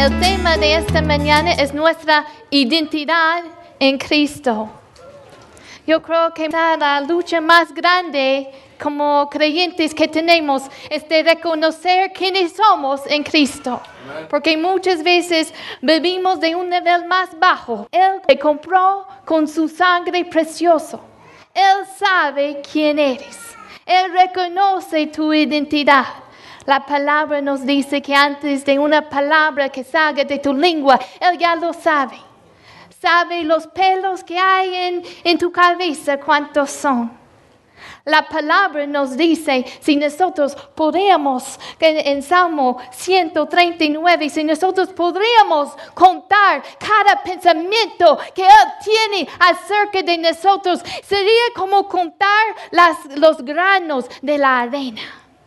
El tema de esta mañana es nuestra identidad en Cristo. Yo creo que la lucha más grande como creyentes que tenemos es de reconocer quiénes somos en Cristo. Porque muchas veces vivimos de un nivel más bajo. Él te compró con su sangre preciosa. Él sabe quién eres. Él reconoce tu identidad. La palabra nos dice que antes de una palabra que salga de tu lengua, Él ya lo sabe. Sabe los pelos que hay en tu cabeza, cuántos son. La palabra nos dice, si nosotros podríamos, en Salmo 139, si nosotros podríamos contar cada pensamiento que Él tiene acerca de nosotros, sería como contar los granos de la arena.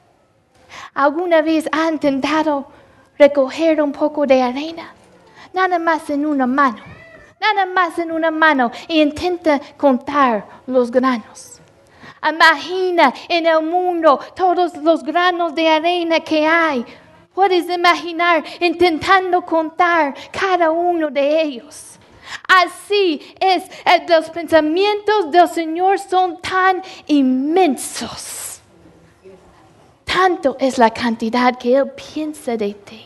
¿Alguna vez ha intentado recoger un poco de arena? Nada más en una mano. Nada más en una mano e intenta contar los granos. Imagina en el mundo todos los granos de arena que hay. Puedes imaginar intentando contar cada uno de ellos. Así es, los pensamientos del Señor son tan inmensos. Tanto es la cantidad que Él piensa de ti.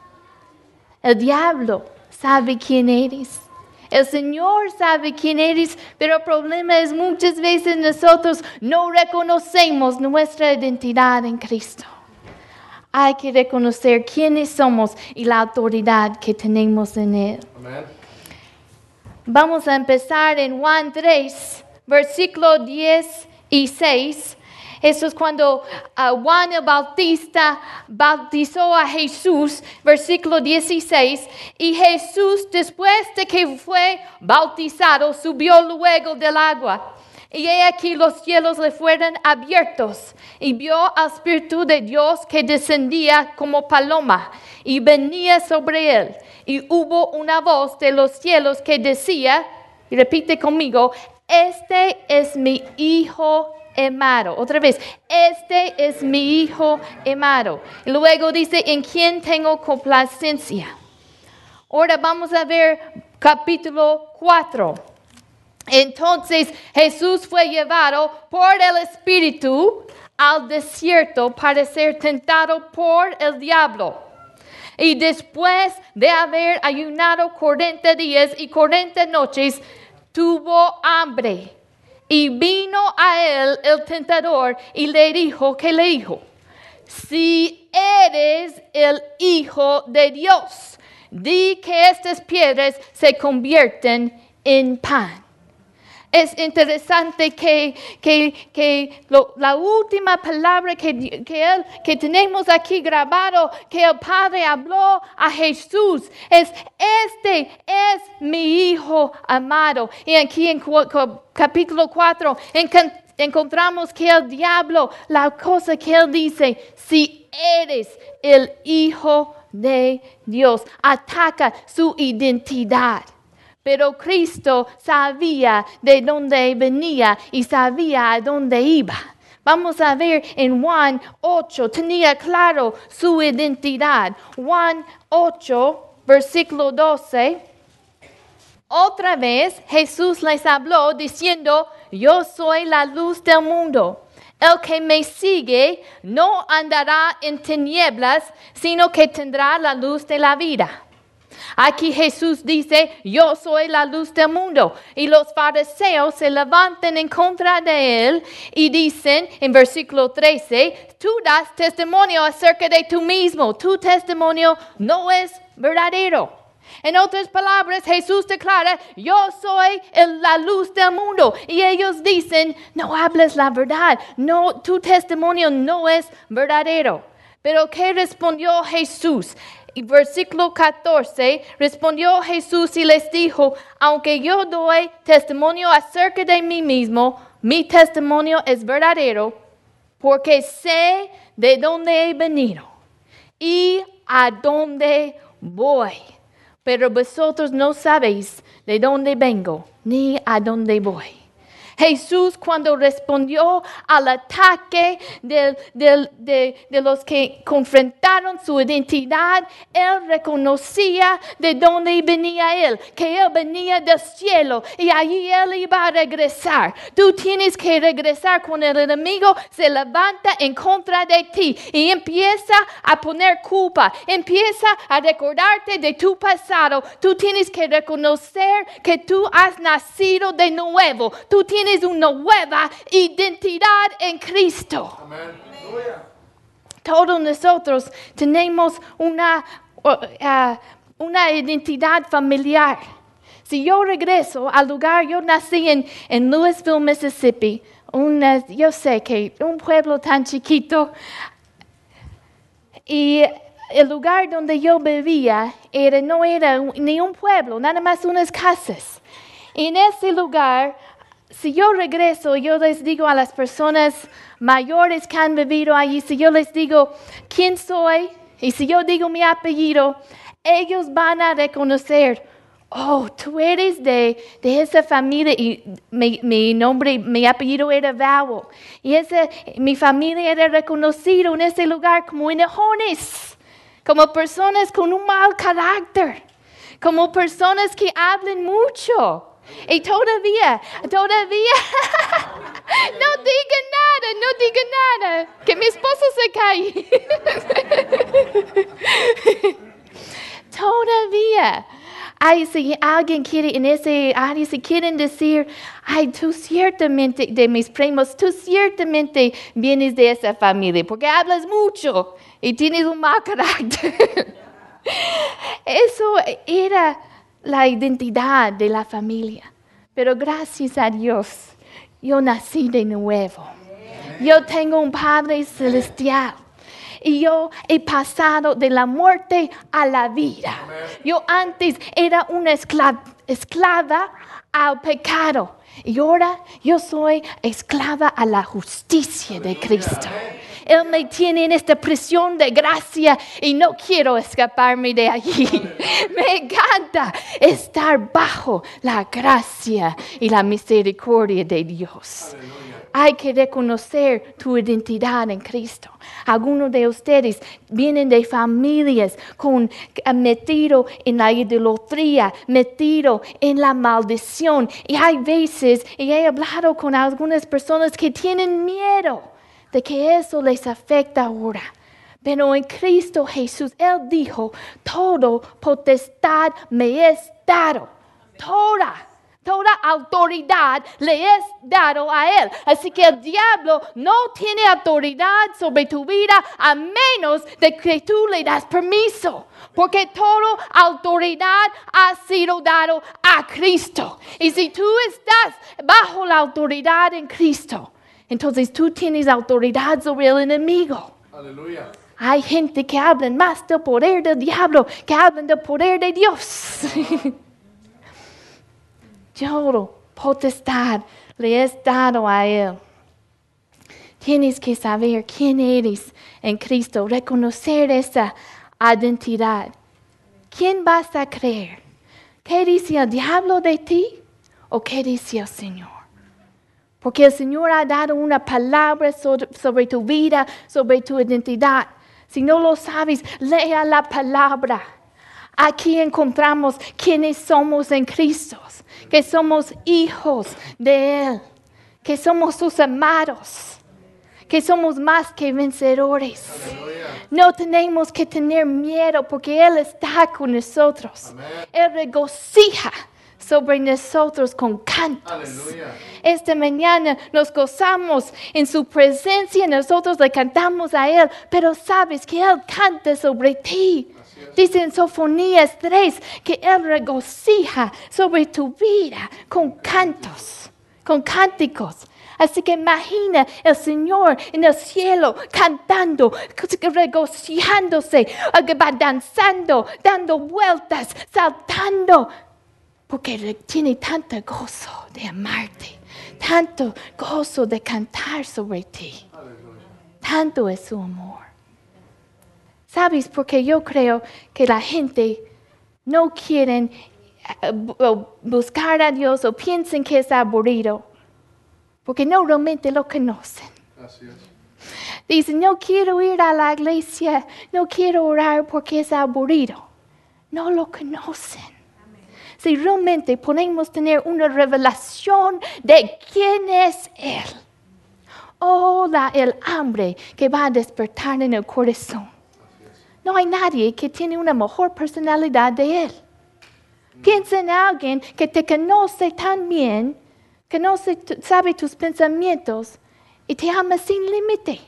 El diablo sabe quién eres. El Señor sabe quién eres, pero el problema es muchas veces nosotros no reconocemos nuestra identidad en Cristo. Hay que reconocer quiénes somos y la autoridad que tenemos en Él. Amen. Vamos a empezar en Juan 3, versículo 10 y 6. Eso es cuando Juan el Bautista bautizó a Jesús, versículo 16. Y Jesús, después de que fue bautizado, subió luego del agua. Y he aquí los cielos le fueron abiertos. Y vio al Espíritu de Dios que descendía como paloma y venía sobre él. Y hubo una voz de los cielos que decía, y repite conmigo, este es mi Hijo amado. Otra vez, este es mi Hijo amado. Y luego dice, en quien tengo complacencia. Ahora vamos a ver capítulo 4. Entonces Jesús fue llevado por el Espíritu al desierto para ser tentado por el diablo. Y después de haber ayunado 40 días y 40 noches, tuvo hambre. Y vino a él el tentador y le dijo, ¿qué le dijo? Si eres el Hijo de Dios, di que estas piedras se convierten en pan. Es interesante que la última palabra que tenemos aquí grabado, que el Padre habló a Jesús, es, este es mi Hijo amado. Y aquí en capítulo 4 encontramos que el diablo, la cosa que él dice, si eres el Hijo de Dios, ataca su identidad. Pero Cristo sabía de dónde venía y sabía a dónde iba. Vamos a ver en Juan 8, tenía claro su identidad. Juan 8, versículo 12. Otra vez Jesús les habló diciendo, yo soy la luz del mundo. El que me sigue no andará en tinieblas, sino que tendrá la luz de la vida. Aquí Jesús dice, yo soy la luz del mundo. Y los fariseos se levantan en contra de él y dicen en versículo 13, tú das testimonio acerca de tú mismo. Tu testimonio no es verdadero. En otras palabras, Jesús declara, yo soy la luz del mundo. Y ellos dicen, no hablas la verdad. No, tu testimonio no es verdadero. Pero ¿qué respondió Jesús? Y versículo 14, respondió Jesús y les dijo, aunque yo doy testimonio acerca de mí mismo, mi testimonio es verdadero, porque sé de dónde he venido y a dónde voy. Pero vosotros no sabéis de dónde vengo ni a dónde voy. Jesús, cuando respondió al ataque de los que confrontaron su identidad, Él reconocía de dónde venía Él, que Él venía del cielo y allí Él iba a regresar. Tú tienes que regresar cuando el enemigo se levanta en contra de ti y empieza a poner culpa, empieza a recordarte de tu pasado. Tú tienes que reconocer que tú has nacido de nuevo. Tú tienes una nueva identidad en Cristo. Amén. Todos nosotros tenemos una identidad familiar. Si yo regreso al lugar, yo nací en Louisville, Mississippi, yo sé que un pueblo tan chiquito, y el lugar donde yo vivía no era ni un pueblo, nada más unas casas. Y en ese lugar, si yo regreso, yo les digo a las personas mayores que han vivido allí, si yo les digo quién soy, y si yo digo mi apellido, ellos van a reconocer, oh, tú eres de esa familia, y mi apellido era Vowell, y mi familia era reconocido en ese lugar como enojones, como personas con un mal carácter, como personas que hablan mucho. Y todavía, no diga nada, que mi esposo se cae. Todavía, si alguien quiere en ese área, si quieren decir, tú ciertamente, de mis primos, tú ciertamente vienes de esa familia, porque hablas mucho y tienes un mal carácter. Eso era la identidad de la familia. Pero gracias a Dios, yo nací de nuevo. Yo tengo un Padre celestial. Y yo he pasado de la muerte a la vida. Yo antes era una esclava al pecado. Y ahora yo soy esclava a la justicia de Cristo. Él me tiene en esta prisión de gracia y no quiero escaparme de allí. Me encanta estar bajo la gracia y la misericordia de Dios. Hay que reconocer tu identidad en Cristo. Algunos de ustedes vienen de familias metidos en la idolatría, metidos en la maldición. Y hay veces, y he hablado con algunas personas que tienen miedo de que eso les afecta ahora. Pero en Cristo Jesús, Él dijo, toda potestad me es dado. Toda autoridad le es dado a Él. Así que el diablo no tiene autoridad sobre tu vida a menos de que tú le das permiso. Porque toda autoridad ha sido dado a Cristo. Y si tú estás bajo la autoridad en Cristo, entonces tú tienes autoridad sobre el enemigo. Aleluya. Hay gente que habla más del poder del diablo que hablan del poder de Dios. Toda potestad le es dado a Él. Tienes que saber quién eres en Cristo, reconocer esa identidad. ¿Quién vas a creer? ¿Qué dice el diablo de ti o qué dice el Señor? Porque el Señor ha dado una palabra sobre tu vida, sobre tu identidad. Si no lo sabes, lea la palabra. Aquí encontramos quiénes somos en Cristo, que somos hijos de Él, que somos sus amados, que somos más que vencedores. Aleluya. No tenemos que tener miedo porque Él está con nosotros. Amén. Él regocija sobre nosotros con cantos. Aleluya. Esta mañana nos gozamos en su presencia, nosotros le cantamos a Él, pero sabes que Él canta sobre ti. Dice en Sofonías 3 que Él regocija sobre tu vida con cantos, con cánticos. Así que imagina el Señor en el cielo cantando, regocijándose, va danzando, dando vueltas, saltando. Porque tiene tanto gozo de amarte, tanto gozo de cantar sobre ti. Tanto es su amor. ¿Sabes? Porque yo creo que la gente no quiere buscar a Dios o piensan que es aburrido. porque no realmente lo conocen. Así es. Dicen, no quiero ir a la iglesia, no quiero orar porque es aburrido. No lo conocen. Si realmente podemos tener una revelación de quién es Él, el hambre que va a despertar en el corazón. No hay nadie que tiene una mejor personalidad de Él. Piensa en alguien que te conoce tan bien, sabe tus pensamientos y te ama sin límite.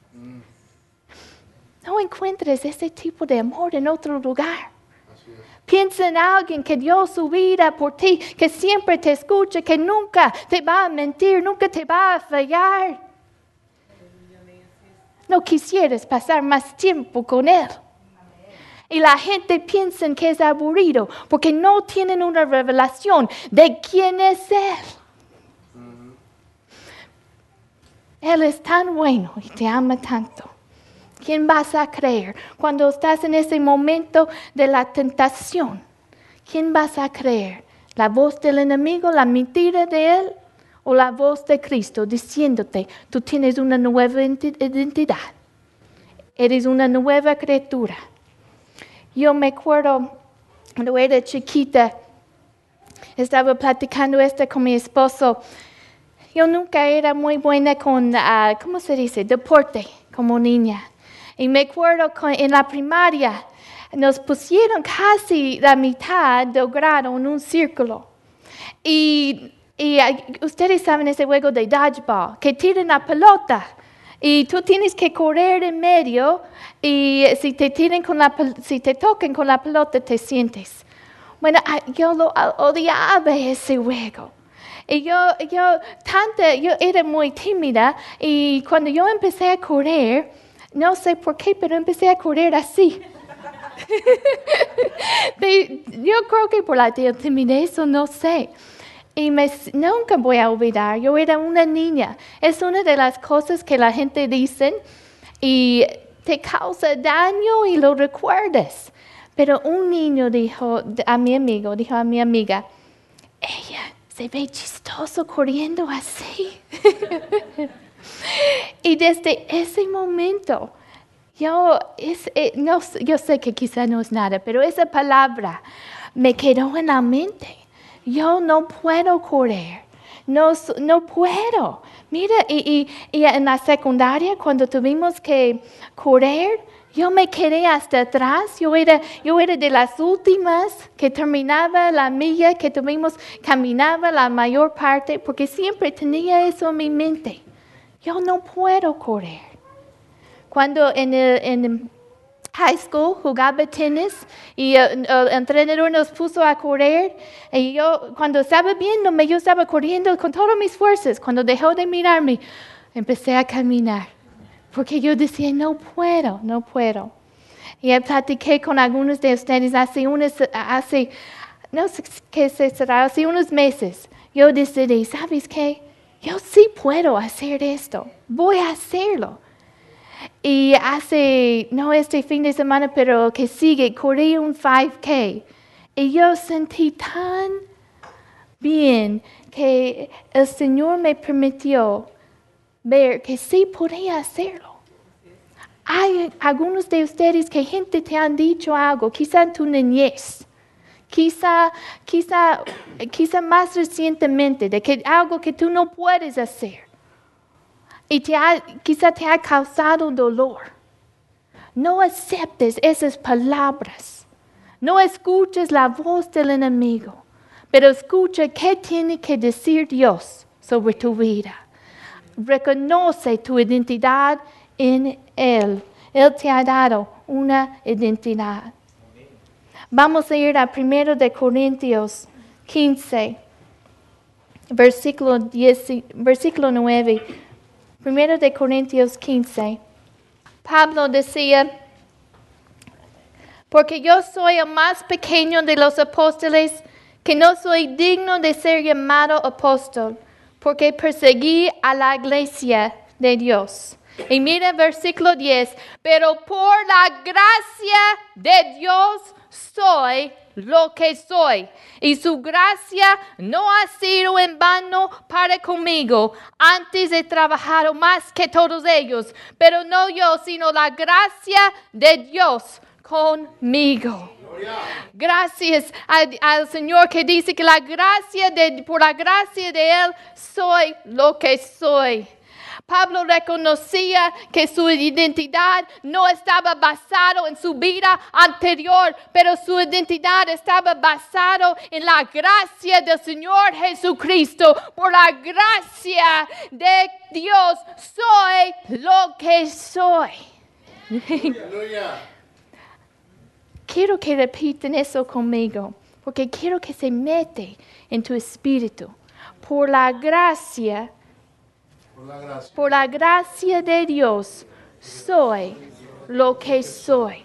No encuentres ese tipo de amor en otro lugar. Piensa en alguien que dio su vida por ti, que siempre te escucha, que nunca te va a mentir, nunca te va a fallar. No quisieras pasar más tiempo con Él. Y la gente piensa que es aburrido porque no tienen una revelación de quién es Él. Él es tan bueno y te ama tanto. ¿Quién vas a creer cuando estás en ese momento de la tentación? ¿Quién vas a creer? ¿La voz del enemigo, la mentira de él? ¿O la voz de Cristo diciéndote, tú tienes una nueva identidad? Eres una nueva criatura. Yo me acuerdo cuando era chiquita, estaba platicando esto con mi esposo. Yo nunca era muy buena con, ¿cómo se dice? Deporte, como niña. Y me acuerdo en la primaria, nos pusieron casi la mitad del grado en un círculo. Y ustedes saben ese juego de dodgeball, que tiran la pelota. Y tú tienes que correr en medio y si te tocan con la pelota te sientes. Bueno, yo lo odiaba ese juego. Y yo era muy tímida y cuando yo empecé a correr, no sé por qué, pero empecé a correr así. Yo creo que por la timidez o no sé. Y nunca voy a olvidar, yo era una niña. Es una de las cosas que la gente dice y te causa daño y lo recuerdas. Pero un niño dijo a mi amiga, ella se ve chistoso corriendo así. Y desde ese momento, yo sé que quizá no es nada, pero esa palabra me quedó en la mente. Yo no puedo correr, no puedo. Mira, y en la secundaria, cuando tuvimos que correr, yo me quedé hasta atrás. Yo era de las últimas que terminaba la milla, que caminaba la mayor parte, porque siempre tenía eso en mi mente. Yo no puedo correr. Cuando en high school jugaba tenis y el entrenador nos puso a correr y yo cuando estaba viendo yo estaba corriendo con todas mis fuerzas. Cuando dejó de mirarme, empecé a caminar porque yo decía no puedo. Y platiqué con algunos de ustedes hace unos meses. Yo decidí, ¿sabes qué? Yo sí puedo hacer esto. Voy a hacerlo. Y no este fin de semana, pero que sigue, corrí un 5K. Y yo sentí tan bien que el Señor me permitió ver que sí podía hacerlo. Hay algunos de ustedes que gente te han dicho algo, quizá en tu niñez, quizá más recientemente, de que algo que tú no puedes hacer. Y quizá te ha causado dolor. No aceptes esas palabras. No escuches la voz del enemigo. Pero escucha qué tiene que decir Dios sobre tu vida. Reconoce tu identidad en Él. Él te ha dado una identidad. Vamos a ir a 1 de Corintios 15, versículo 9. 1 de Corintios 15. Pablo decía, porque yo soy el más pequeño de los apóstoles, que no soy digno de ser llamado apóstol, porque perseguí a la iglesia de Dios. Y mira versículo 10, pero por la gracia de Dios soy lo que soy. Y su gracia no ha sido en vano para conmigo. Antes he trabajado más que todos ellos, pero no yo, sino la gracia de Dios conmigo. Gracias al Señor que dice que por la gracia de Él soy lo que soy. Pablo reconocía que su identidad no estaba basada en su vida anterior, pero su identidad estaba basada en la gracia del Señor Jesucristo. Por la gracia de Dios soy lo que soy. Aleluya. Quiero que repiten eso conmigo, porque quiero que se mete en tu espíritu. Por la gracia de Dios, soy lo que soy.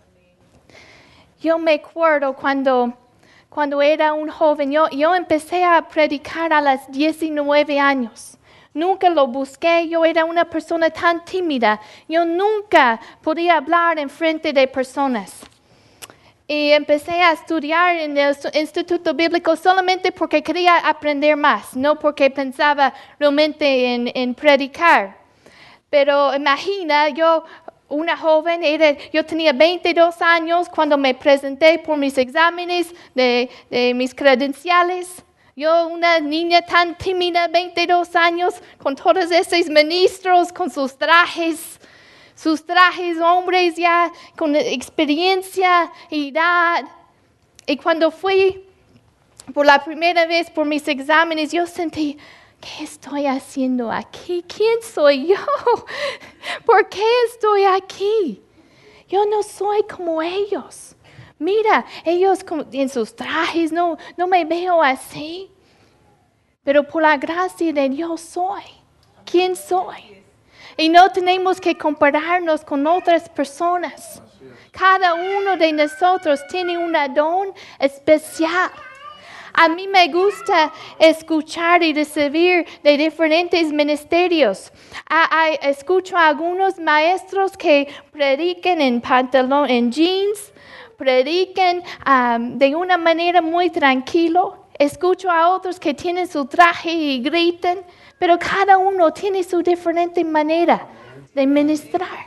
Yo me acuerdo cuando era un joven, yo empecé a predicar a los 19 años. Nunca lo busqué, yo era una persona tan tímida. Yo nunca podía hablar en frente de personas. Y empecé a estudiar en el Instituto Bíblico solamente porque quería aprender más, no porque pensaba realmente en predicar. Pero imagina, yo, una joven, yo tenía 22 años cuando me presenté por mis exámenes de mis credenciales. Yo, una niña tan tímida, 22 años, con todos esos ministros, con sus trajes, hombres ya con experiencia y edad. Y cuando fui por la primera vez por mis exámenes, yo sentí, ¿qué estoy haciendo aquí? ¿Quién soy yo? ¿Por qué estoy aquí? Yo no soy como ellos. Mira, ellos en sus trajes, no me veo así. Pero por la gracia de Dios soy. ¿Quién soy? Y no tenemos que compararnos con otras personas. Cada uno de nosotros tiene un don especial. A mí me gusta escuchar y recibir de diferentes ministerios. Escucho a algunos maestros que predican en pantalón, en jeans, predican de una manera muy tranquila. Escucho a otros que tienen su traje y gritan. Pero cada uno tiene su diferente manera de ministrar.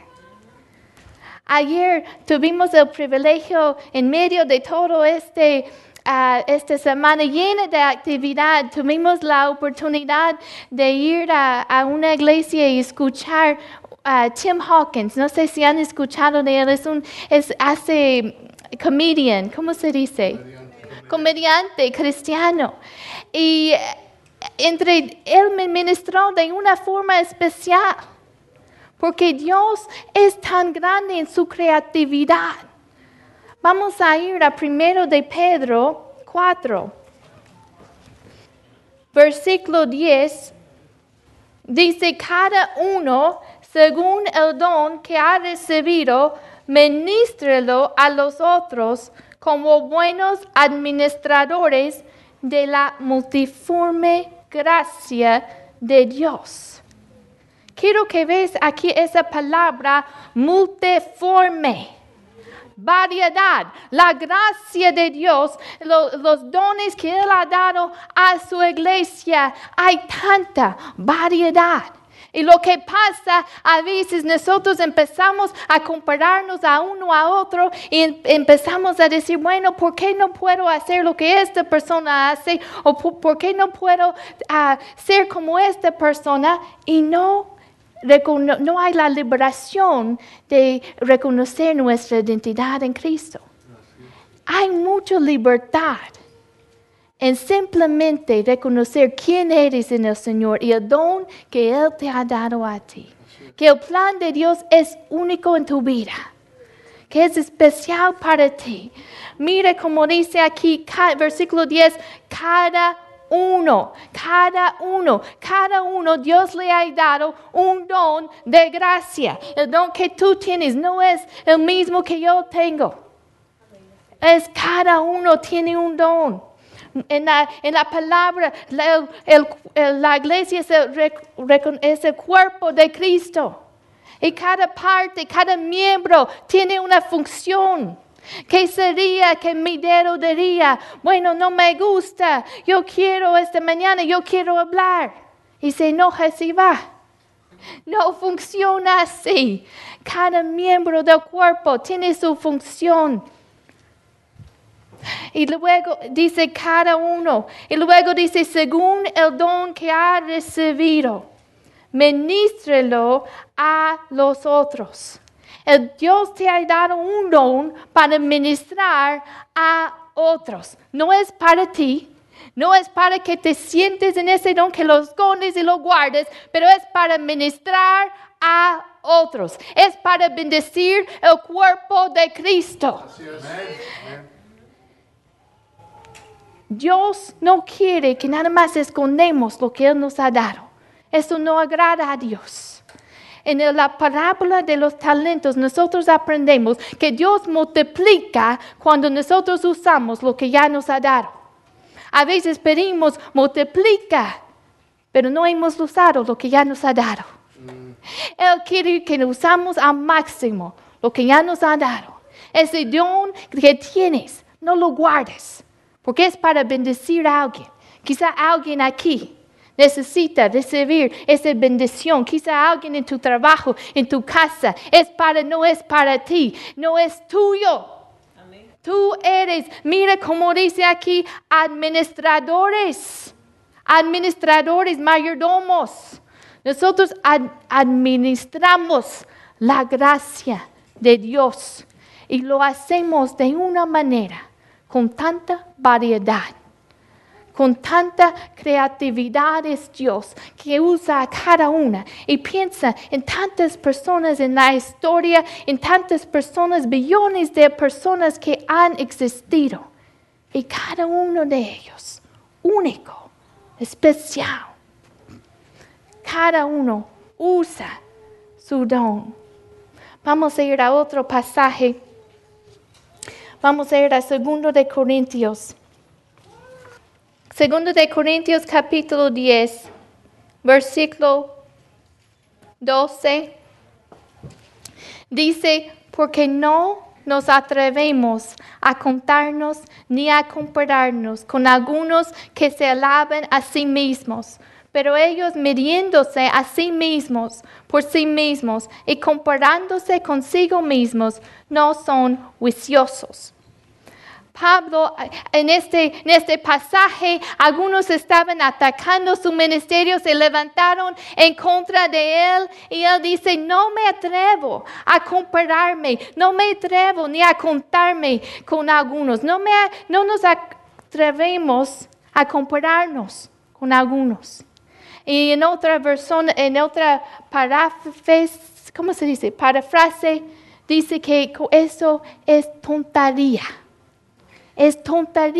Ayer tuvimos el privilegio, en medio de todo esta semana llena de actividad, tuvimos la oportunidad de ir a una iglesia y escuchar a Tim Hawkins. No sé si han escuchado de él, hace comedian, ¿cómo se dice? Comediante cristiano. Y él me ministró de una forma especial, porque Dios es tan grande en su creatividad. Vamos a ir a 1 de Pedro 4, versículo 10. Dice, cada uno, según el don que ha recibido, ministrelo a los otros como buenos administradores de la multiforme gracia de Dios. Quiero que veas aquí esa palabra multiforme, variedad. La gracia de Dios, los dones que Él ha dado a su iglesia, hay tanta variedad. Y lo que pasa, a veces nosotros empezamos a compararnos a uno a otro y empezamos a decir, bueno, ¿por qué no puedo hacer lo que esta persona hace? ¿O por qué no puedo ser como esta persona? Y no hay la liberación de reconocer nuestra identidad en Cristo. Hay mucha libertad en simplemente reconocer quién eres en el Señor y el don que Él te ha dado a ti. Que el plan de Dios es único en tu vida, que es especial para ti. Mira como dice aquí, versículo 10, cada uno, Dios le ha dado un don de gracia. El don que tú tienes no es el mismo que yo tengo. Cada uno tiene un don. En la palabra, la iglesia es el cuerpo de Cristo. Y cada parte, cada miembro tiene una función. ¿Qué sería que mi dedo diría? Bueno, no me gusta. Yo quiero esta mañana, yo quiero hablar. Y se enoja y va. No funciona así. Cada miembro del cuerpo tiene su función. Y luego dice cada uno. Y luego dice según el don que ha recibido, ministrelo a los otros. El Dios te ha dado un don para ministrar a otros. No es para ti. No es para que te sientes en ese don, que lo escondes y lo guardes, pero es para ministrar a otros. Es para bendecir el cuerpo de Cristo. Dios no quiere que nada más escondemos lo que Él nos ha dado. Eso no agrada a Dios. En la parábola de los talentos nosotros aprendemos que Dios multiplica cuando nosotros usamos lo que ya nos ha dado. A veces pedimos multiplica, pero no hemos usado lo que ya nos ha dado. Él quiere que usamos al máximo lo que ya nos ha dado. Ese don que tienes, no lo guardes, porque es para bendecir a alguien. Quizá alguien aquí necesita recibir esa bendición. Quizá alguien en tu trabajo, en tu casa, no es para ti, no es tuyo. Amén. Tú eres, mira cómo dice aquí, administradores, mayordomos. Nosotros administramos la gracia de Dios y lo hacemos de una manera con tanta variedad. Con tanta creatividad es Dios que usa a cada una. Y piensa en tantas personas en la historia, en tantas personas, billones de personas que han existido. Y cada uno de ellos, único, especial. Cada uno usa su don. Vamos a ir a otro pasaje. Vamos a ir a 2 de Corintios. 2 de Corintios capítulo 10, versículo 12. Dice, porque no nos atrevemos a contarnos ni a compararnos con algunos que se alaban a sí mismos, pero ellos midiéndose a sí mismos por sí mismos y comparándose consigo mismos, no son juiciosos. Pablo, en este pasaje, algunos estaban atacando su ministerio, se levantaron en contra de él y él dice, no me atrevo a compararme, no me atrevo ni a contarme con algunos, no nos atrevemos a compararnos con algunos. Y en otra versión, en otra parafrase, dice que eso es tontería. Es tontería.